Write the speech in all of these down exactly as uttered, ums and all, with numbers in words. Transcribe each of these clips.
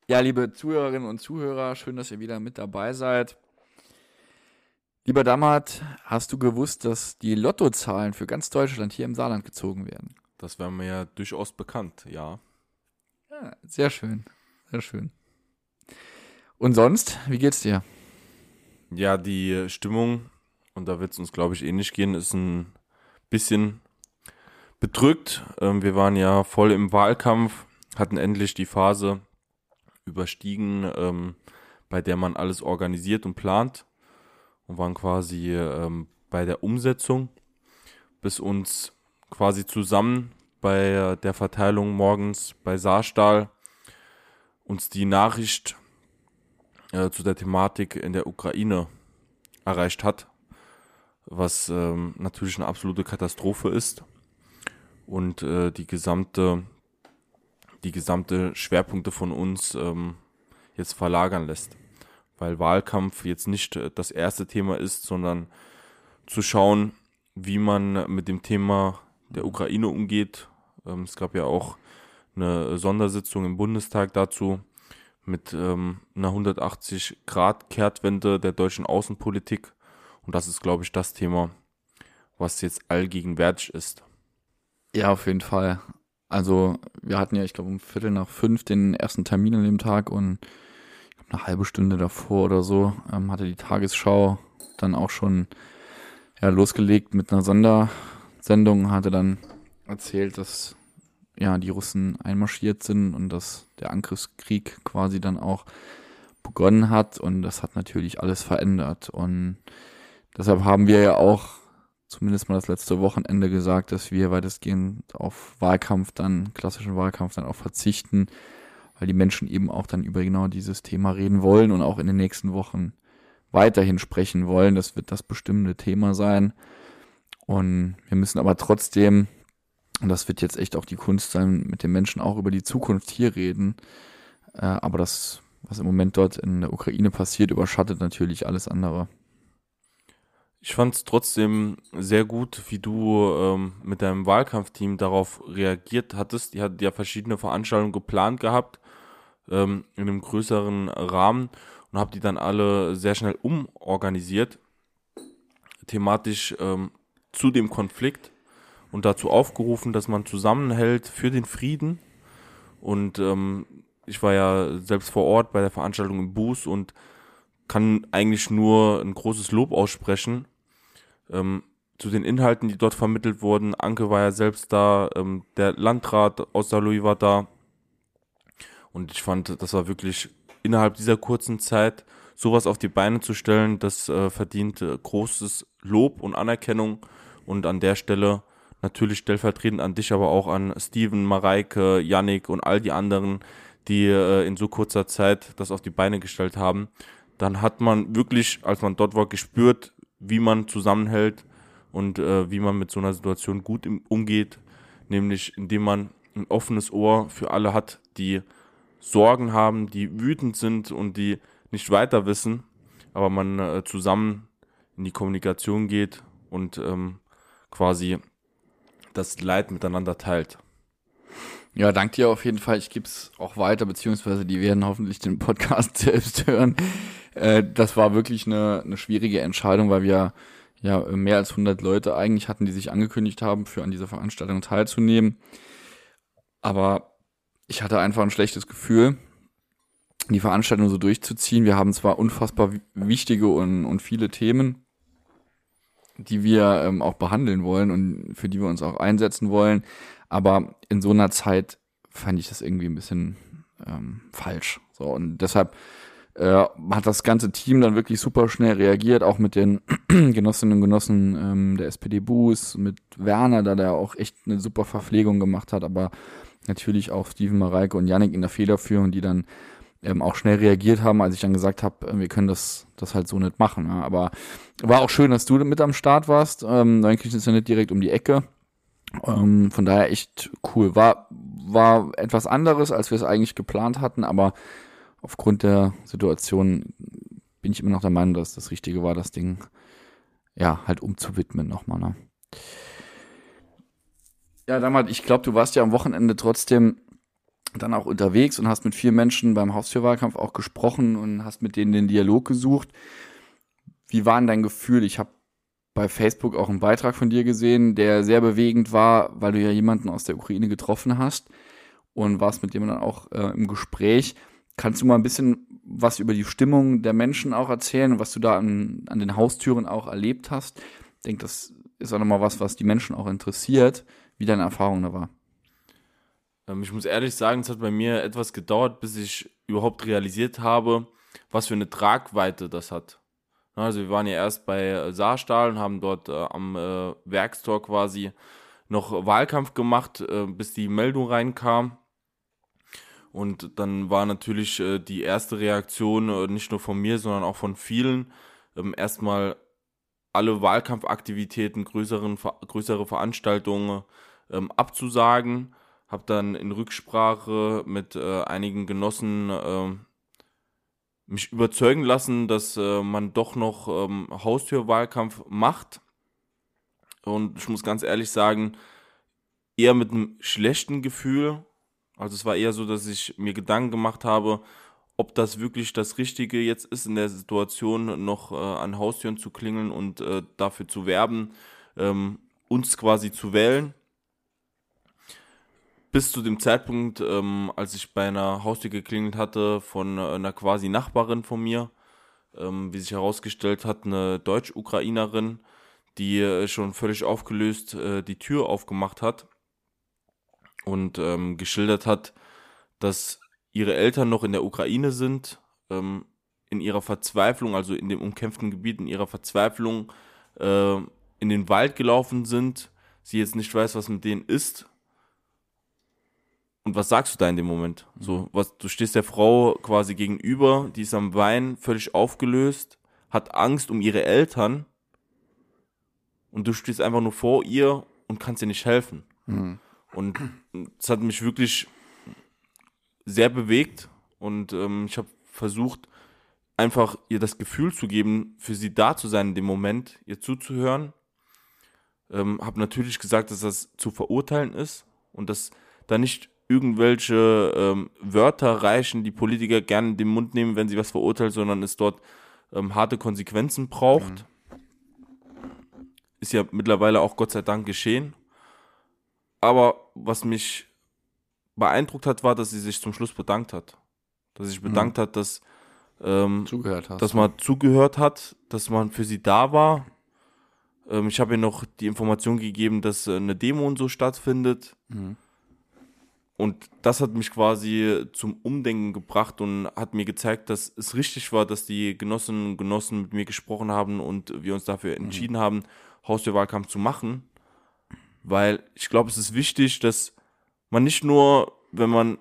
Ja, liebe Zuhörerinnen und Zuhörer, schön, dass ihr wieder mit dabei seid. Lieber Dammert, hast du gewusst, dass die Lottozahlen für ganz Deutschland hier im Saarland gezogen werden? Das wäre mir ja durchaus bekannt, ja. Ja, sehr schön, sehr schön. Und sonst, wie geht's dir? Ja, die Stimmung, und da wird es uns, glaube ich, ähnlich gehen, ist ein bisschen bedrückt. Ähm, wir waren ja voll im Wahlkampf, hatten endlich die Phase überstiegen, ähm, bei der man alles organisiert und plant und waren quasi ähm, bei der Umsetzung, bis uns quasi zusammen bei der Verteilung morgens bei Saarstahl uns die Nachricht äh, zu der Thematik in der Ukraine erreicht hat, was ähm, natürlich eine absolute Katastrophe ist und äh, die gesamte die gesamte Schwerpunkte von uns ähm, jetzt verlagern lässt, weil Wahlkampf jetzt nicht äh, das erste Thema ist, sondern zu schauen, wie man mit dem Thema der Ukraine umgeht. Ähm, es gab ja auch eine Sondersitzung im Bundestag dazu mit ähm, einer hundertachtzig-Grad-Kehrtwende der deutschen Außenpolitik. Und das ist, glaube ich, das Thema, was jetzt allgegenwärtig ist. Ja, auf jeden Fall. Also, wir hatten ja, ich glaube, um Viertel nach fünf den ersten Termin an dem Tag und ich glaub, eine halbe Stunde davor oder so ähm, hatte die Tagesschau dann auch schon ja, losgelegt mit einer Sondersendung, hatte dann erzählt, dass ja, die Russen einmarschiert sind und dass der Angriffskrieg quasi dann auch begonnen hat und das hat natürlich alles verändert und deshalb haben wir ja auch zumindest mal das letzte Wochenende gesagt, dass wir weitestgehend auf Wahlkampf dann, klassischen Wahlkampf dann auch verzichten, weil die Menschen eben auch dann über genau dieses Thema reden wollen und auch in den nächsten Wochen weiterhin sprechen wollen. Das wird das bestimmende Thema sein und wir müssen aber trotzdem, und das wird jetzt echt auch die Kunst sein, mit den Menschen auch über die Zukunft hier reden. Äh, aber das, was im Moment dort in der Ukraine passiert, überschattet natürlich alles andere. Ich fand es trotzdem sehr gut, wie du ähm, mit deinem Wahlkampfteam darauf reagiert hattest. Ihr hattet ja verschiedene Veranstaltungen geplant gehabt, ähm, in einem größeren Rahmen und habt die dann alle sehr schnell umorganisiert, thematisch ähm, zu dem Konflikt und dazu aufgerufen, dass man zusammenhält für den Frieden. Und ähm, ich war ja selbst vor Ort bei der Veranstaltung im Buß und kann eigentlich nur ein großes Lob aussprechen ähm, zu den Inhalten, die dort vermittelt wurden. Anke war ja selbst da, ähm, der Landrat aus Saarlouis war da. Und ich fand, das war wirklich innerhalb dieser kurzen Zeit sowas auf die Beine zu stellen, das äh, verdient äh, großes Lob und Anerkennung. Und an der Stelle natürlich stellvertretend an dich, aber auch an Steven, Mareike, Yannick und all die anderen, die äh, in so kurzer Zeit das auf die Beine gestellt haben. Dann hat man wirklich, als man dort war, gespürt, wie man zusammenhält und äh, wie man mit so einer Situation gut im, umgeht, nämlich indem man ein offenes Ohr für alle hat, die Sorgen haben, die wütend sind und die nicht weiter wissen, aber man äh, zusammen in die Kommunikation geht und ähm, quasi das Leid miteinander teilt. Ja, dank dir auf jeden Fall. Ich gebe es auch weiter, beziehungsweise die werden hoffentlich den Podcast selbst hören. Äh, das war wirklich eine, eine schwierige Entscheidung, weil wir ja mehr als hundert Leute eigentlich hatten, die sich angekündigt haben, für an dieser Veranstaltung teilzunehmen. Aber ich hatte einfach ein schlechtes Gefühl, die Veranstaltung so durchzuziehen. Wir haben zwar unfassbar wichtige und, und viele Themen, die wir ähm, auch behandeln wollen und für die wir uns auch einsetzen wollen, aber in so einer Zeit fand ich das irgendwie ein bisschen ähm, falsch. So, und deshalb äh, hat das ganze Team dann wirklich super schnell reagiert, auch mit den Genossinnen und Genossen ähm, der S P D-Bus, mit Werner, da der auch echt eine super Verpflegung gemacht hat, aber natürlich auch Steven, Mareike und Yannick in der Federführung, die dann ähm, auch schnell reagiert haben, als ich dann gesagt habe, äh, wir können das das halt so nicht machen. Ja. Aber war auch schön, dass du mit am Start warst. Ähm, Neunkirchen ist ja nicht direkt um die Ecke. Ähm, von daher echt cool. War, war etwas anderes, als wir es eigentlich geplant hatten, aber aufgrund der Situation bin ich immer noch der Meinung, dass das Richtige war, das Ding ja halt umzuwidmen nochmal. Ne? Ja, damals, ich glaube, du warst ja am Wochenende trotzdem dann auch unterwegs und hast mit vielen Menschen beim Haustürwahlkampf auch gesprochen und hast mit denen den Dialog gesucht. Wie war denn dein Gefühl? Ich habe bei Facebook auch einen Beitrag von dir gesehen, der sehr bewegend war, weil du ja jemanden aus der Ukraine getroffen hast und warst mit dem dann auch äh, im Gespräch. Kannst du mal ein bisschen was über die Stimmung der Menschen auch erzählen und was du da an, an den Haustüren auch erlebt hast? Ich denke, das ist auch nochmal was, was die Menschen auch interessiert, wie deine Erfahrung da war. Ähm, ich muss ehrlich sagen, es hat bei mir etwas gedauert, bis ich überhaupt realisiert habe, was für eine Tragweite das hat. Also wir waren ja erst bei äh, Saarstahl und haben dort äh, am äh, Werkstor quasi noch Wahlkampf gemacht, äh, bis die Meldung reinkam. Und dann war natürlich äh, die erste Reaktion äh, nicht nur von mir, sondern auch von vielen, ähm, erstmal alle Wahlkampfaktivitäten, größeren, größere Veranstaltungen ähm, abzusagen. Habe dann in Rücksprache mit äh, einigen Genossen äh, mich überzeugen lassen, dass äh, man doch noch ähm, Haustürwahlkampf macht. Und ich muss ganz ehrlich sagen, eher mit einem schlechten Gefühl. Also es war eher so, dass ich mir Gedanken gemacht habe, ob das wirklich das Richtige jetzt ist, in der Situation noch äh, an Haustüren zu klingeln und äh, dafür zu werben, ähm, uns quasi zu wählen. Bis zu dem Zeitpunkt, ähm, als ich bei einer Haustür geklingelt hatte von äh, einer quasi Nachbarin von mir, ähm, wie sich herausgestellt hat, eine Deutsch-Ukrainerin, die äh, schon völlig aufgelöst äh, die Tür aufgemacht hat und ähm, geschildert hat, dass ihre Eltern noch in der Ukraine sind, ähm, in ihrer Verzweiflung, also in dem umkämpften Gebiet, in ihrer Verzweiflung äh, in den Wald gelaufen sind, sie jetzt nicht weiß, was mit denen ist. Und was sagst du da in dem Moment? So, was, du stehst der Frau quasi gegenüber, die ist am Weinen, völlig aufgelöst, hat Angst um ihre Eltern und du stehst einfach nur vor ihr und kannst ihr nicht helfen. Mhm. Und es hat mich wirklich sehr bewegt und ähm, ich habe versucht, einfach ihr das Gefühl zu geben, für sie da zu sein in dem Moment, ihr zuzuhören. Ähm, habe natürlich gesagt, dass das zu verurteilen ist und dass da nicht irgendwelche ähm, Wörter reichen, die Politiker gerne in den Mund nehmen, wenn sie was verurteilen, sondern es dort ähm, harte Konsequenzen braucht. Mhm. Ist ja mittlerweile auch Gott sei Dank geschehen. Aber was mich beeindruckt hat, war, dass sie sich zum Schluss bedankt hat. Dass sie sich bedankt mhm. hat, dass, ähm, zugehört hast, dass man ja. zugehört hat, dass man für sie da war. Ähm, ich habe ihr noch die Information gegeben, dass äh, eine Demo und so stattfindet. Mhm. Und das hat mich quasi zum Umdenken gebracht und hat mir gezeigt, dass es richtig war, dass die Genossinnen und Genossen mit mir gesprochen haben und wir uns dafür entschieden mhm. haben, Haustürwahlkampf zu machen. Weil ich glaube, es ist wichtig, dass man nicht nur, wenn man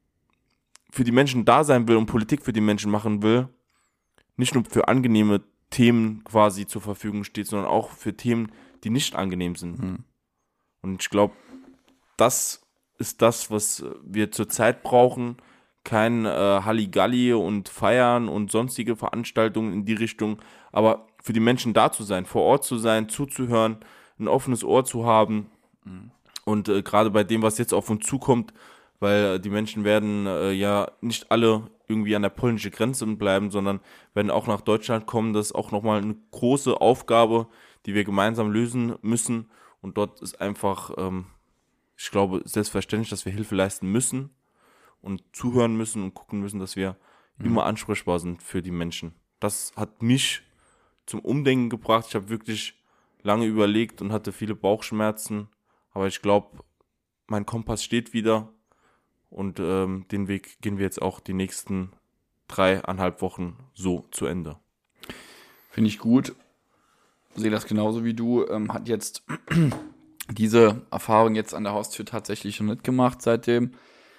für die Menschen da sein will und Politik für die Menschen machen will, nicht nur für angenehme Themen quasi zur Verfügung steht, sondern auch für Themen, die nicht angenehm sind. Mhm. Und ich glaube, das ist das, was wir zurzeit brauchen. Kein äh, Halligalli und Feiern und sonstige Veranstaltungen in die Richtung, aber für die Menschen da zu sein, vor Ort zu sein, zuzuhören, ein offenes Ohr zu haben. Mhm. Und äh, gerade bei dem, was jetzt auf uns zukommt, weil äh, die Menschen werden äh, ja nicht alle irgendwie an der polnischen Grenze bleiben, sondern werden auch nach Deutschland kommen. Das ist auch nochmal eine große Aufgabe, die wir gemeinsam lösen müssen. Und dort ist einfach, ähm, ich glaube, selbstverständlich, dass wir Hilfe leisten müssen und zuhören müssen und gucken müssen, dass wir mhm. immer ansprechbar sind für die Menschen. Das hat mich zum Umdenken gebracht. Ich habe wirklich lange überlegt und hatte viele Bauchschmerzen. Aber ich glaube, mein Kompass steht wieder und ähm, den Weg gehen wir jetzt auch die nächsten dreieinhalb Wochen so zu Ende. Finde ich gut. Sehe das genauso wie du. Ähm, hat jetzt diese Erfahrung jetzt an der Haustür tatsächlich schon nicht gemacht seitdem.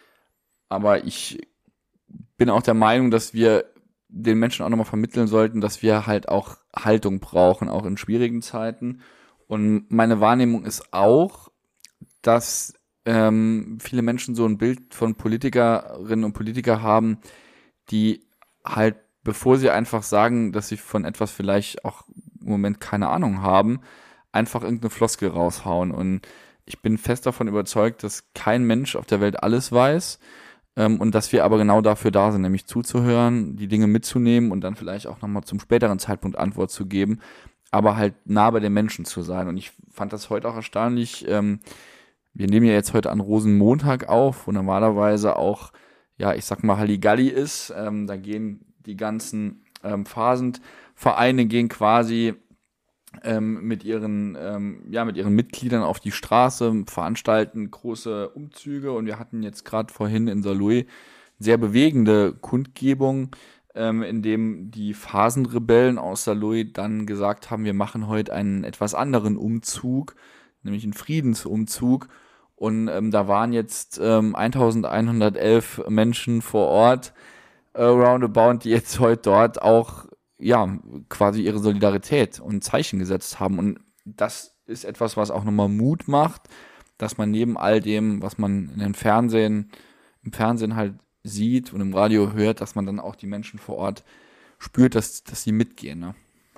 Aber ich bin auch der Meinung, dass wir den Menschen auch nochmal vermitteln sollten, dass wir halt auch Haltung brauchen, auch in schwierigen Zeiten. Und meine Wahrnehmung ist auch, dass ähm, viele Menschen so ein Bild von Politikerinnen und Politikern haben, die halt, bevor sie einfach sagen, dass sie von etwas vielleicht auch im Moment keine Ahnung haben, einfach irgendeine Floskel raushauen. Und ich bin fest davon überzeugt, dass kein Mensch auf der Welt alles weiß. Ähm, und dass wir aber genau dafür da sind, nämlich zuzuhören, die Dinge mitzunehmen und dann vielleicht auch nochmal zum späteren Zeitpunkt Antwort zu geben, aber halt nah bei den Menschen zu sein. Und ich fand das heute auch erstaunlich. Ähm, wir nehmen ja jetzt heute an Rosenmontag auf, wo normalerweise auch, ja, ich sag mal, Halligalli ist. Ähm, da gehen die ganzen ähm, Phasendvereine gehen quasi ähm, mit ihren, ähm, ja, mit ihren Mitgliedern auf die Straße, veranstalten große Umzüge, und wir hatten jetzt gerade vorhin in Saarlouis sehr bewegende Kundgebung, ähm, in dem die Phasenrebellen aus Saarlouis dann gesagt haben, wir machen heute einen etwas anderen Umzug, nämlich einen Friedensumzug. Und ähm, da waren jetzt ähm, eintausendeinhundertelf Menschen vor Ort, äh, roundabout, die jetzt heute dort auch, ja, quasi ihre Solidarität und Zeichen gesetzt haben. Und das ist etwas, was auch nochmal Mut macht, dass man neben all dem, was man in den Fernsehen, im Fernsehen halt sieht und im Radio hört, dass man dann auch die Menschen vor Ort spürt, dass, dass sie mitgehen. Ne?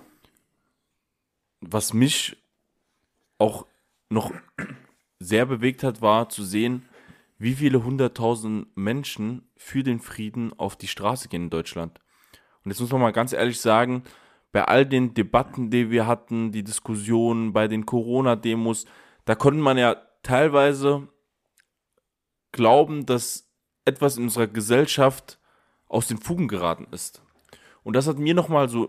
Was mich auch noch sehr bewegt hat, war zu sehen, wie viele hunderttausend Menschen für den Frieden auf die Straße gehen in Deutschland. Und jetzt muss man mal ganz ehrlich sagen, bei all den Debatten, die wir hatten, die Diskussionen, bei den Corona-Demos, da konnte man ja teilweise glauben, dass etwas in unserer Gesellschaft aus den Fugen geraten ist. Und das hat mir nochmal so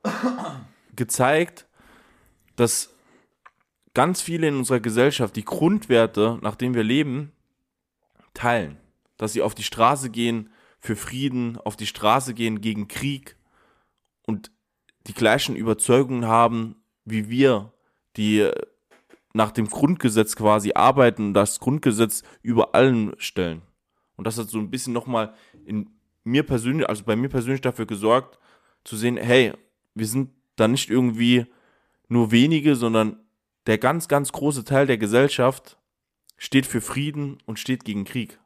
gezeigt, dass ganz viele in unserer Gesellschaft die Grundwerte, nach denen wir leben, teilen. Dass sie auf die Straße gehen für Frieden, auf die Straße gehen gegen Krieg und die gleichen Überzeugungen haben wie wir, die nach dem Grundgesetz quasi arbeiten und das Grundgesetz über allem stellen. Und das hat so ein bisschen nochmal in mir persönlich, also bei mir persönlich dafür gesorgt, zu sehen, hey, wir sind da nicht irgendwie nur wenige, sondern der ganz, ganz große Teil der Gesellschaft steht für Frieden und steht gegen Krieg.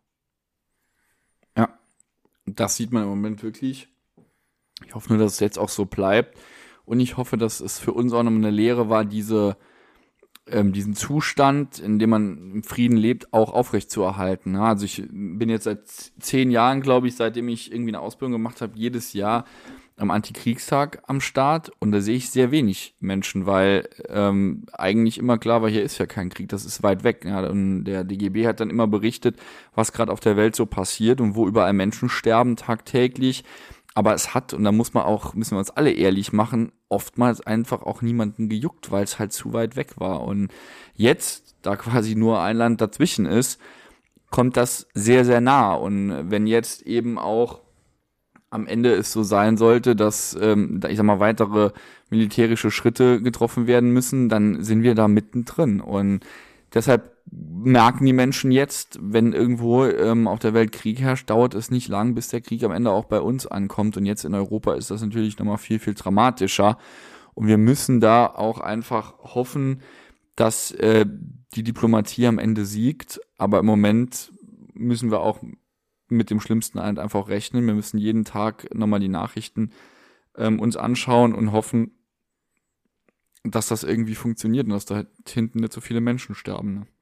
Ja, das sieht man im Moment wirklich. Ich hoffe nur, dass es jetzt auch so bleibt. Und ich hoffe, dass es für uns auch noch eine Lehre war, diese, ähm, diesen Zustand, in dem man im Frieden lebt, auch aufrechtzuerhalten. Ja, also ich bin jetzt seit zehn Jahren, glaube ich, seitdem ich irgendwie eine Ausbildung gemacht habe, jedes Jahr am Antikriegstag am Start, und da sehe ich sehr wenig Menschen, weil ähm, eigentlich immer klar war, hier ist ja kein Krieg, das ist weit weg. Ja, und der D G B hat dann immer berichtet, was gerade auf der Welt so passiert und wo überall Menschen sterben tagtäglich. Aber es hat, und da muss man auch, müssen wir uns alle ehrlich machen, oftmals einfach auch niemanden gejuckt, weil es halt zu weit weg war. Und jetzt, da quasi nur ein Land dazwischen ist, kommt das sehr, sehr nah. Und wenn jetzt eben auch am Ende es so sein sollte, dass, ähm, ich sag mal, weitere militärische Schritte getroffen werden müssen, dann sind wir da mittendrin. Und deshalb merken die Menschen jetzt, wenn irgendwo ähm, auf der Welt Krieg herrscht, dauert es nicht lang, bis der Krieg am Ende auch bei uns ankommt. Und jetzt in Europa ist das natürlich nochmal viel, viel dramatischer. Und wir müssen da auch einfach hoffen, dass äh, die Diplomatie am Ende siegt. Aber im Moment müssen wir auch mit dem Schlimmsten halt einfach rechnen. Wir müssen jeden Tag nochmal die Nachrichten ähm, uns anschauen und hoffen, dass das irgendwie funktioniert und dass da hinten nicht so viele Menschen sterben. Ne?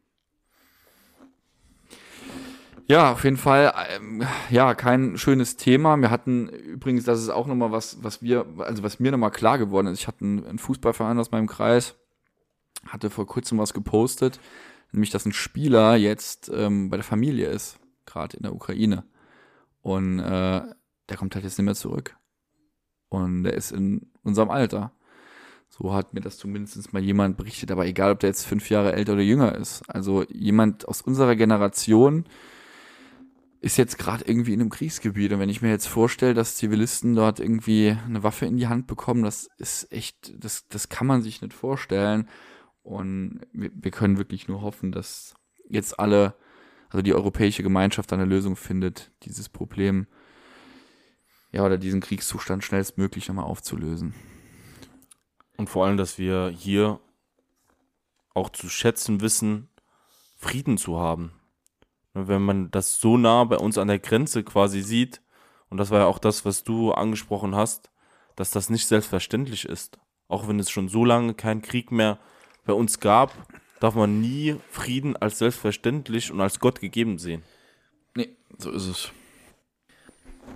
Ja, auf jeden Fall, ähm, ja, kein schönes Thema. Wir hatten übrigens, das ist auch nochmal was, was wir, also was mir nochmal klar geworden ist. Ich hatte einen, einen Fußballverein aus meinem Kreis, hatte vor kurzem was gepostet, nämlich, dass ein Spieler jetzt ähm, bei der Familie ist, gerade in der Ukraine. Und äh, der kommt halt jetzt nicht mehr zurück. Und der ist in unserem Alter. So hat mir das zumindest mal jemand berichtet. Aber egal, ob der jetzt fünf Jahre älter oder jünger ist. Also jemand aus unserer Generation ist jetzt gerade irgendwie in einem Kriegsgebiet. Und wenn ich mir jetzt vorstelle, dass Zivilisten dort irgendwie eine Waffe in die Hand bekommen, das ist echt, das, das kann man sich nicht vorstellen. Und wir, wir können wirklich nur hoffen, dass jetzt alle, also die europäische Gemeinschaft eine Lösung findet, dieses Problem, ja, oder diesen Kriegszustand schnellstmöglich nochmal aufzulösen. Und vor allem, dass wir hier auch zu schätzen wissen, Frieden zu haben. Wenn man das so nah bei uns an der Grenze quasi sieht, und das war ja auch das, was du angesprochen hast, dass das nicht selbstverständlich ist. Auch wenn es schon so lange keinen Krieg mehr bei uns gab, darf man nie Frieden als selbstverständlich und als Gott gegeben sehen. Nee, so ist es.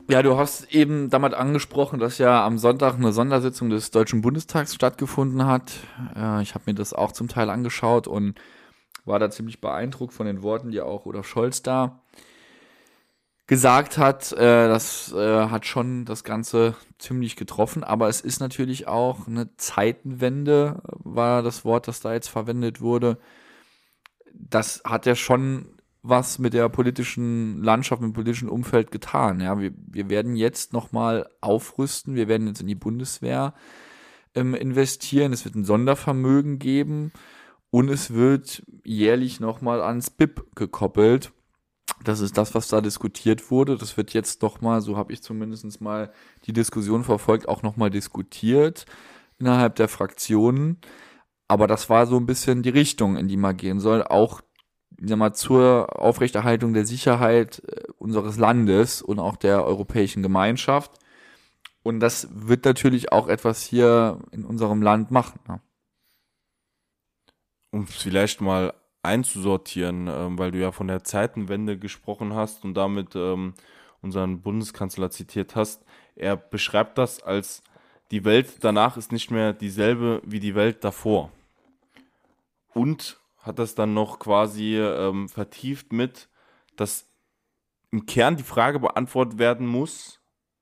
Ja, du hast eben damit angesprochen, dass ja am Sonntag eine Sondersitzung des Deutschen Bundestags stattgefunden hat. Äh, ich habe mir das auch zum Teil angeschaut und war da ziemlich beeindruckt von den Worten, die auch Olaf Scholz da gesagt hat. Äh, das äh, hat schon das Ganze ziemlich getroffen, aber es ist natürlich auch eine Zeitenwende, war das Wort, das da jetzt verwendet wurde. Das hat ja schon was mit der politischen Landschaft, mit dem politischen Umfeld getan. Ja, wir, wir werden jetzt nochmal aufrüsten, wir werden jetzt in die Bundeswehr ähm, investieren, es wird ein Sondervermögen geben und es wird jährlich nochmal ans B I P gekoppelt. Das ist das, was da diskutiert wurde. Das wird jetzt nochmal, so habe ich zumindest mal die Diskussion verfolgt, auch nochmal diskutiert innerhalb der Fraktionen. Aber das war so ein bisschen die Richtung, in die man gehen soll, auch ich sag mal, zur Aufrechterhaltung der Sicherheit unseres Landes und auch der europäischen Gemeinschaft. Und das wird natürlich auch etwas hier in unserem Land machen. Ne? Um es vielleicht mal einzusortieren, ähm, weil du ja von der Zeitenwende gesprochen hast und damit ähm, unseren Bundeskanzler zitiert hast. Er beschreibt das als, die Welt danach ist nicht mehr dieselbe wie die Welt davor. Und hat das dann noch quasi ähm, vertieft mit, dass im Kern die Frage beantwortet werden muss,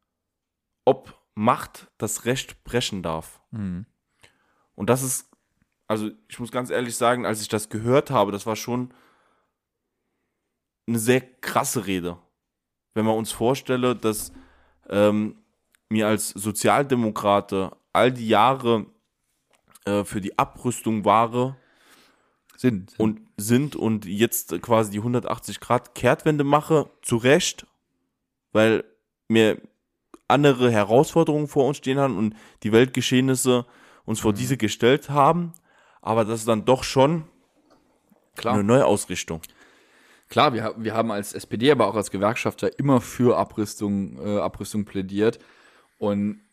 ob Macht das Recht brechen darf. Mhm. Und das ist, also ich muss ganz ehrlich sagen, als ich das gehört habe, das war schon eine sehr krasse Rede. Wenn man uns vorstelle, dass ähm, mir als Sozialdemokrate all die Jahre äh, für die Abrüstung wahre, Sind. Und sind und jetzt quasi die hundertachtzig Grad Kehrtwende mache, zu Recht, weil mir andere Herausforderungen vor uns stehen haben und die Weltgeschehnisse uns vor mhm. diese gestellt haben, aber das ist dann doch schon Klar. eine Neuausrichtung. Klar, wir, wir haben als S P D, aber auch als Gewerkschafter immer für Abrüstung, äh, Abrüstung plädiert und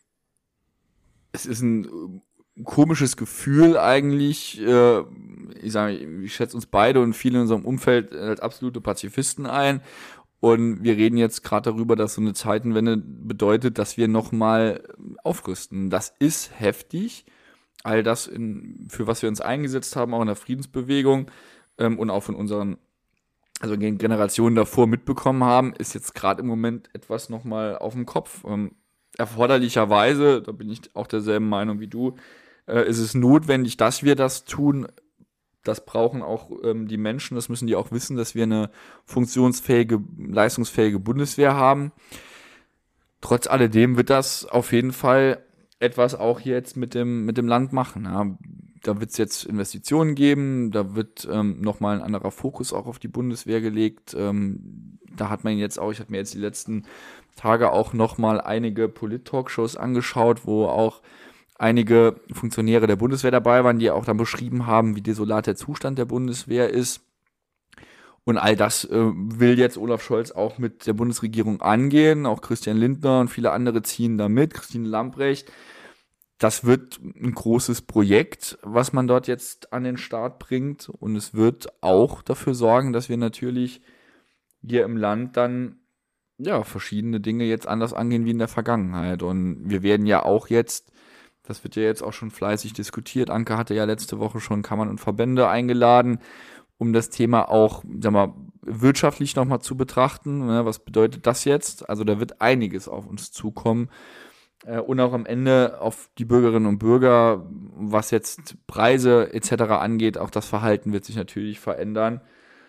es ist ein komisches Gefühl eigentlich, äh, ich sage, ich schätze uns beide und viele in unserem Umfeld als absolute Pazifisten ein und wir reden jetzt gerade darüber, dass so eine Zeitenwende bedeutet, dass wir nochmal aufrüsten. Das ist heftig, all das, in, für was wir uns eingesetzt haben, auch in der Friedensbewegung ähm, und auch von unseren, also den Generationen davor mitbekommen haben, ist jetzt gerade im Moment etwas nochmal auf dem Kopf. Ähm, erforderlicherweise, da bin ich auch derselben Meinung wie du, äh, ist es notwendig, dass wir das tun. Das brauchen auch ähm, die Menschen, das müssen die auch wissen, dass wir eine funktionsfähige, leistungsfähige Bundeswehr haben. Trotz alledem wird das auf jeden Fall etwas auch jetzt mit dem, mit dem Land machen. Ja. Da wird es jetzt Investitionen geben, da wird ähm, nochmal ein anderer Fokus auch auf die Bundeswehr gelegt. Ähm, da hat man jetzt auch, ich habe mir jetzt die letzten Tage auch nochmal einige Polit-Talkshows angeschaut, wo auch einige Funktionäre der Bundeswehr dabei waren, die auch dann beschrieben haben, wie desolat der Zustand der Bundeswehr ist. Und all das äh, will jetzt Olaf Scholz auch mit der Bundesregierung angehen. Auch Christian Lindner und viele andere ziehen da mit, Christine Lambrecht. Das wird ein großes Projekt, was man dort jetzt an den Start bringt. Und es wird auch dafür sorgen, dass wir natürlich hier im Land dann ja verschiedene Dinge jetzt anders angehen wie in der Vergangenheit. Und wir werden ja auch jetzt, das wird ja jetzt auch schon fleißig diskutiert, Anke hatte ja letzte Woche schon Kammern und Verbände eingeladen, um das Thema auch, sag mal, wirtschaftlich nochmal zu betrachten. Was bedeutet das jetzt? Also da wird einiges auf uns zukommen. Und auch am Ende auf die Bürgerinnen und Bürger, was jetzt Preise et cetera angeht, auch das Verhalten wird sich natürlich verändern.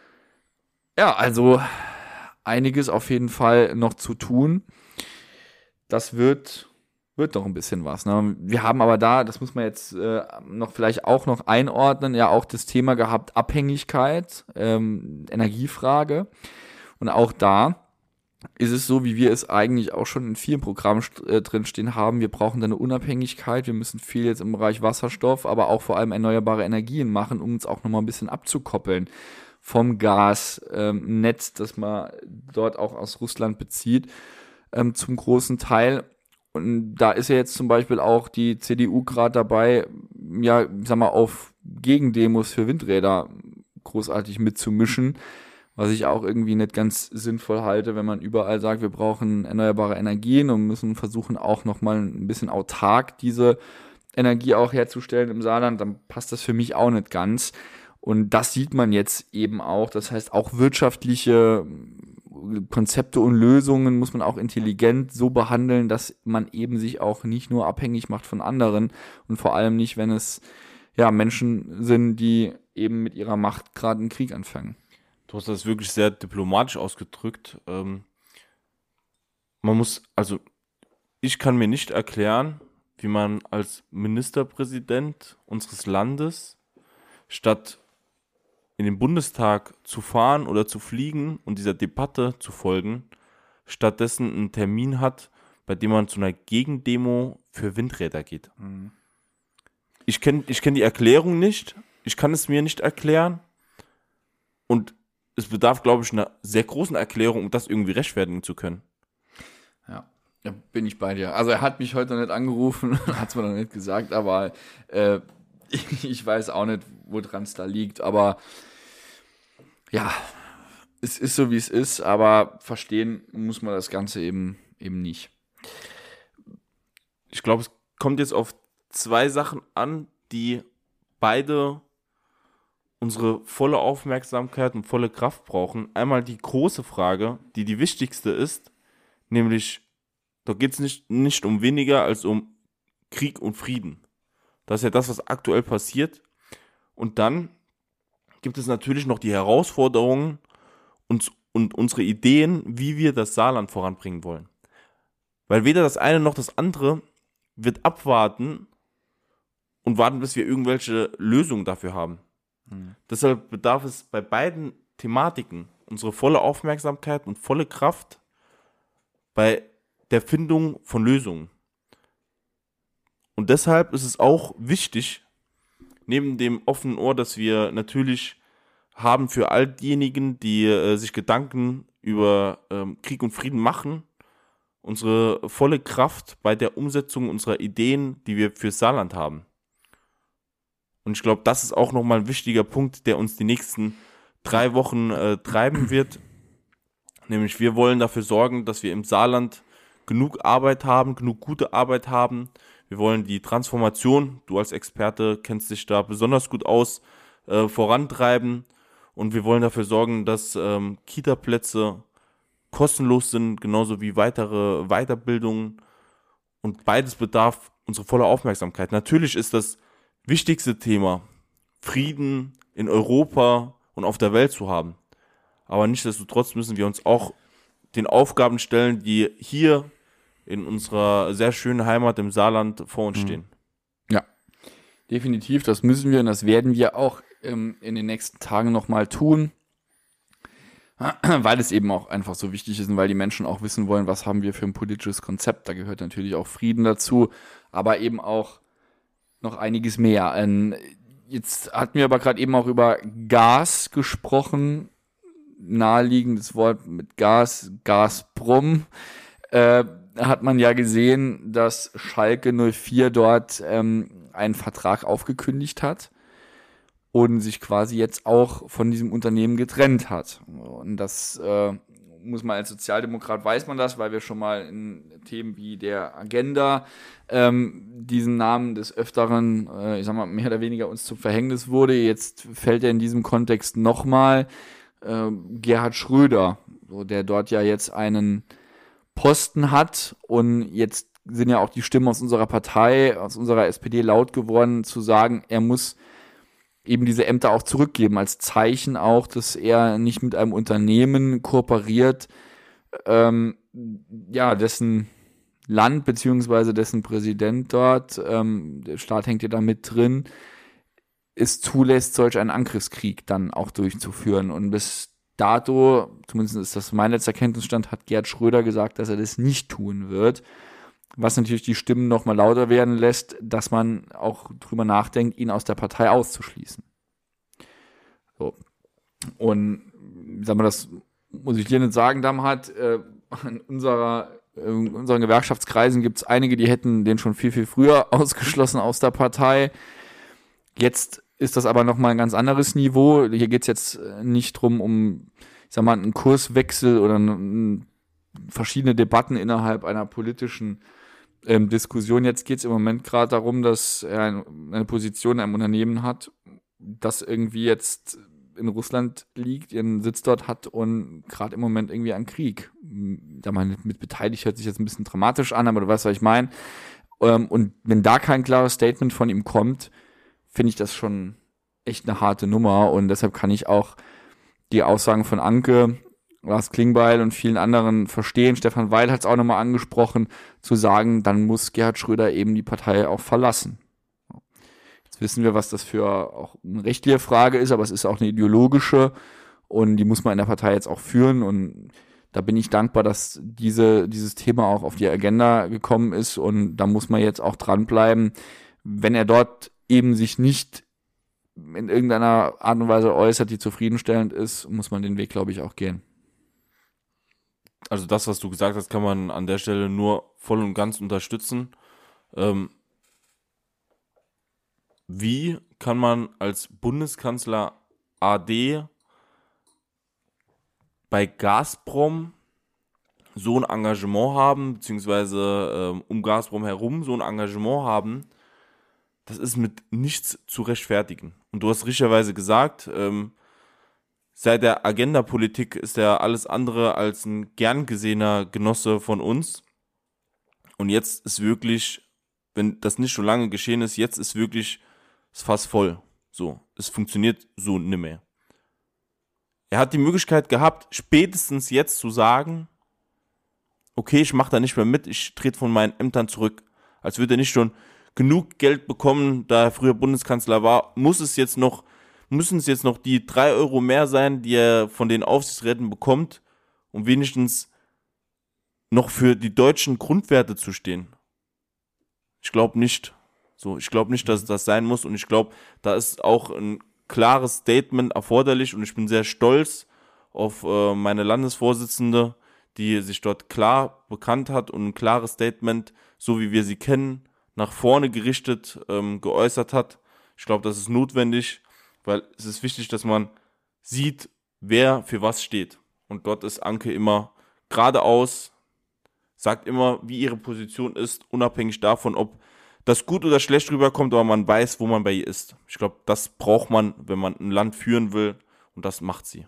Ja, also einiges auf jeden Fall noch zu tun. Das wird, wird noch ein bisschen was. Ne? Wir haben aber da, das muss man jetzt äh, noch vielleicht auch noch einordnen, ja auch das Thema gehabt, Abhängigkeit, ähm, Energiefrage. Und auch da ist es so, wie wir es eigentlich auch schon in vielen Programmen äh, drinstehen haben. Wir brauchen da eine Unabhängigkeit. Wir müssen viel jetzt im Bereich Wasserstoff, aber auch vor allem erneuerbare Energien machen, um uns auch nochmal ein bisschen abzukoppeln vom Gasnetz, ähm, das man dort auch aus Russland bezieht, ähm, zum großen Teil. Und da ist ja jetzt zum Beispiel auch die C D U gerade dabei, ja, sag mal, auf Gegendemos für Windräder großartig mitzumischen, was ich auch irgendwie nicht ganz sinnvoll halte, wenn man überall sagt, wir brauchen erneuerbare Energien und müssen versuchen auch nochmal ein bisschen autark diese Energie auch herzustellen im Saarland, dann passt das für mich auch nicht ganz. Und das sieht man jetzt eben auch. Das heißt, auch wirtschaftliche Konzepte und Lösungen muss man auch intelligent so behandeln, dass man eben sich auch nicht nur abhängig macht von anderen und vor allem nicht, wenn es ja Menschen sind, die eben mit ihrer Macht gerade einen Krieg anfangen. Du hast das wirklich sehr diplomatisch ausgedrückt. Ähm, man muss, also ich kann mir nicht erklären, wie man als Ministerpräsident unseres Landes statt in den Bundestag zu fahren oder zu fliegen und dieser Debatte zu folgen, stattdessen einen Termin hat, bei dem man zu einer Gegendemo für Windräder geht. Mhm. Ich kenne ich kenn die Erklärung nicht, ich kann es mir nicht erklären und es bedarf, glaube ich, einer sehr großen Erklärung, um das irgendwie rechtfertigen zu können. Ja, da bin ich bei dir. Also er hat mich heute noch nicht angerufen, hat es mir noch nicht gesagt, aber äh, ich, ich weiß auch nicht, woran es da liegt, aber ja, es ist so, wie es ist, aber verstehen muss man das Ganze eben, eben nicht. Ich glaube, es kommt jetzt auf zwei Sachen an, die beide unsere volle Aufmerksamkeit und volle Kraft brauchen. Einmal die große Frage, die die wichtigste ist, nämlich, da geht es nicht, nicht um weniger als um Krieg und Frieden. Das ist ja das, was aktuell passiert. Und dann gibt es natürlich noch die Herausforderungen und, und unsere Ideen, wie wir das Saarland voranbringen wollen. Weil weder das eine noch das andere wird abwarten und warten, bis wir irgendwelche Lösungen dafür haben. Hm. Deshalb bedarf es bei beiden Thematiken unsere volle Aufmerksamkeit und volle Kraft bei der Findung von Lösungen. Und deshalb ist es auch wichtig, neben dem offenen Ohr, das wir natürlich haben für all diejenigen, die äh, sich Gedanken über ähm, Krieg und Frieden machen, unsere volle Kraft bei der Umsetzung unserer Ideen, die wir für Saarland haben. Und ich glaube, das ist auch nochmal ein wichtiger Punkt, der uns die nächsten drei Wochen äh, treiben wird. Nämlich wir wollen dafür sorgen, dass wir im Saarland genug Arbeit haben, genug gute Arbeit haben. Wir wollen die Transformation, du als Experte kennst dich da besonders gut aus, äh, vorantreiben. Und wir wollen dafür sorgen, dass ähm, Kita-Plätze kostenlos sind, genauso wie weitere Weiterbildungen. Und beides bedarf unsere volle Aufmerksamkeit. Natürlich ist das wichtigste Thema, Frieden in Europa und auf der Welt zu haben. Aber nichtsdestotrotz müssen wir uns auch den Aufgaben stellen, die hier in unserer sehr schönen Heimat im Saarland vor uns stehen. Ja, definitiv, das müssen wir und das werden wir auch ähm, in den nächsten Tagen nochmal tun, weil es eben auch einfach so wichtig ist und weil die Menschen auch wissen wollen, was haben wir für ein politisches Konzept. Da gehört natürlich auch Frieden dazu, aber eben auch noch einiges mehr. Ähm, jetzt hatten wir aber gerade eben auch über Gas gesprochen, naheliegendes Wort mit Gas, Gazprom. Äh, hat man ja gesehen, dass Schalke null vier dort ähm, einen Vertrag aufgekündigt hat und sich quasi jetzt auch von diesem Unternehmen getrennt hat. Und das äh, muss man als Sozialdemokrat, weiß man das, weil wir schon mal in Themen wie der Agenda ähm, diesen Namen des Öfteren, äh, ich sag mal, mehr oder weniger uns zum Verhängnis wurde. Jetzt fällt er in diesem Kontext nochmal äh, Gerhard Schröder, so, der dort ja jetzt einen Posten hat und jetzt sind ja auch die Stimmen aus unserer Partei, aus unserer S P D laut geworden, zu sagen, er muss eben diese Ämter auch zurückgeben, als Zeichen auch, dass er nicht mit einem Unternehmen kooperiert, ähm, ja, dessen Land beziehungsweise dessen Präsident dort, ähm, der Staat hängt ja da mit drin, es zulässt, solch einen Angriffskrieg dann auch durchzuführen. Und bis dato, zumindest ist das mein letzter Kenntnisstand, hat Gerhard Schröder gesagt, dass er das nicht tun wird. Was natürlich die Stimmen noch mal lauter werden lässt, dass man auch drüber nachdenkt, ihn aus der Partei auszuschließen. So. Und, sagen wir, das muss ich dir nicht sagen, Damhat, äh, in unserer, in unseren Gewerkschaftskreisen gibt es einige, die hätten den schon viel, viel früher ausgeschlossen aus der Partei. Jetzt ist das aber nochmal ein ganz anderes Niveau. Hier geht es jetzt nicht drum, um ich sag mal, einen Kurswechsel oder ein, verschiedene Debatten innerhalb einer politischen ähm, Diskussion. Jetzt geht es im Moment gerade darum, dass er eine Position in einem Unternehmen hat, das irgendwie jetzt in Russland liegt, ihren Sitz dort hat und gerade im Moment irgendwie an Krieg. Da man mit beteiligt, hört sich jetzt ein bisschen dramatisch an, aber du weißt, was ich meine. Ähm, und wenn da kein klares Statement von ihm kommt, finde ich das schon echt eine harte Nummer. Und deshalb kann ich auch die Aussagen von Anke, Lars Klingbeil und vielen anderen verstehen. Stefan Weil hat es auch nochmal angesprochen, zu sagen, dann muss Gerhard Schröder eben die Partei auch verlassen. Jetzt wissen wir, was das für auch eine rechtliche Frage ist, aber es ist auch eine ideologische und die muss man in der Partei jetzt auch führen und da bin ich dankbar, dass diese dieses Thema auch auf die Agenda gekommen ist und da muss man jetzt auch dranbleiben, wenn er dort eben sich nicht in irgendeiner Art und Weise äußert, die zufriedenstellend ist, muss man den Weg, glaube ich, auch gehen. Also das, was du gesagt hast, kann man an der Stelle nur voll und ganz unterstützen. Ähm, wie kann man als Bundeskanzler A D bei Gazprom so ein Engagement haben, beziehungsweise ähm, um Gazprom herum so ein Engagement haben, das ist mit nichts zu rechtfertigen. Und du hast richtigerweise gesagt, ähm, seit der Agenda-Politik ist er alles andere als ein gern gesehener Genosse von uns. Und jetzt ist wirklich, wenn das nicht schon lange geschehen ist, jetzt ist wirklich das Fass voll. So, es funktioniert so nimmer. Er hat die Möglichkeit gehabt, spätestens jetzt zu sagen, okay, ich mache da nicht mehr mit, ich trete von meinen Ämtern zurück. Als würde er nicht schon genug Geld bekommen, da er früher Bundeskanzler war, muss es jetzt noch müssen es jetzt noch die drei Euro mehr sein, die er von den Aufsichtsräten bekommt, um wenigstens noch für die deutschen Grundwerte zu stehen? Ich glaube nicht. So, ich glaube nicht, dass das sein muss und ich glaube, da ist auch ein klares Statement erforderlich und ich bin sehr stolz auf äh, meine Landesvorsitzende, die sich dort klar bekannt hat und ein klares Statement, so wie wir sie kennen, nach vorne gerichtet ähm, geäußert hat. Ich glaube, das ist notwendig, weil es ist wichtig, dass man sieht, wer für was steht. Und dort ist Anke immer geradeaus, sagt immer, wie ihre Position ist, unabhängig davon, ob das gut oder schlecht rüberkommt, aber man weiß, wo man bei ihr ist. Ich glaube, das braucht man, wenn man ein Land führen will und das macht sie.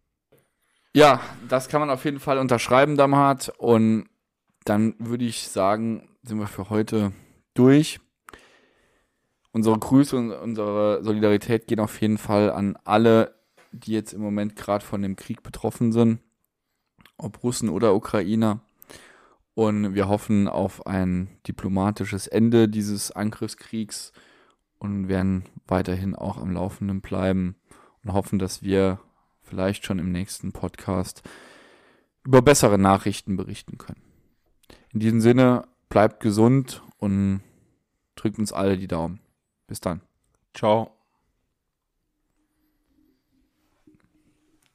Ja, das kann man auf jeden Fall unterschreiben, Damhardt. Und dann würde ich sagen, sind wir für heute durch. Unsere Grüße und unsere Solidarität gehen auf jeden Fall an alle, die jetzt im Moment gerade von dem Krieg betroffen sind, ob Russen oder Ukrainer. Und wir hoffen auf ein diplomatisches Ende dieses Angriffskriegs und werden weiterhin auch am Laufenden bleiben und hoffen, dass wir vielleicht schon im nächsten Podcast über bessere Nachrichten berichten können. In diesem Sinne, bleibt gesund und drückt uns alle die Daumen. Bis dann. Ciao.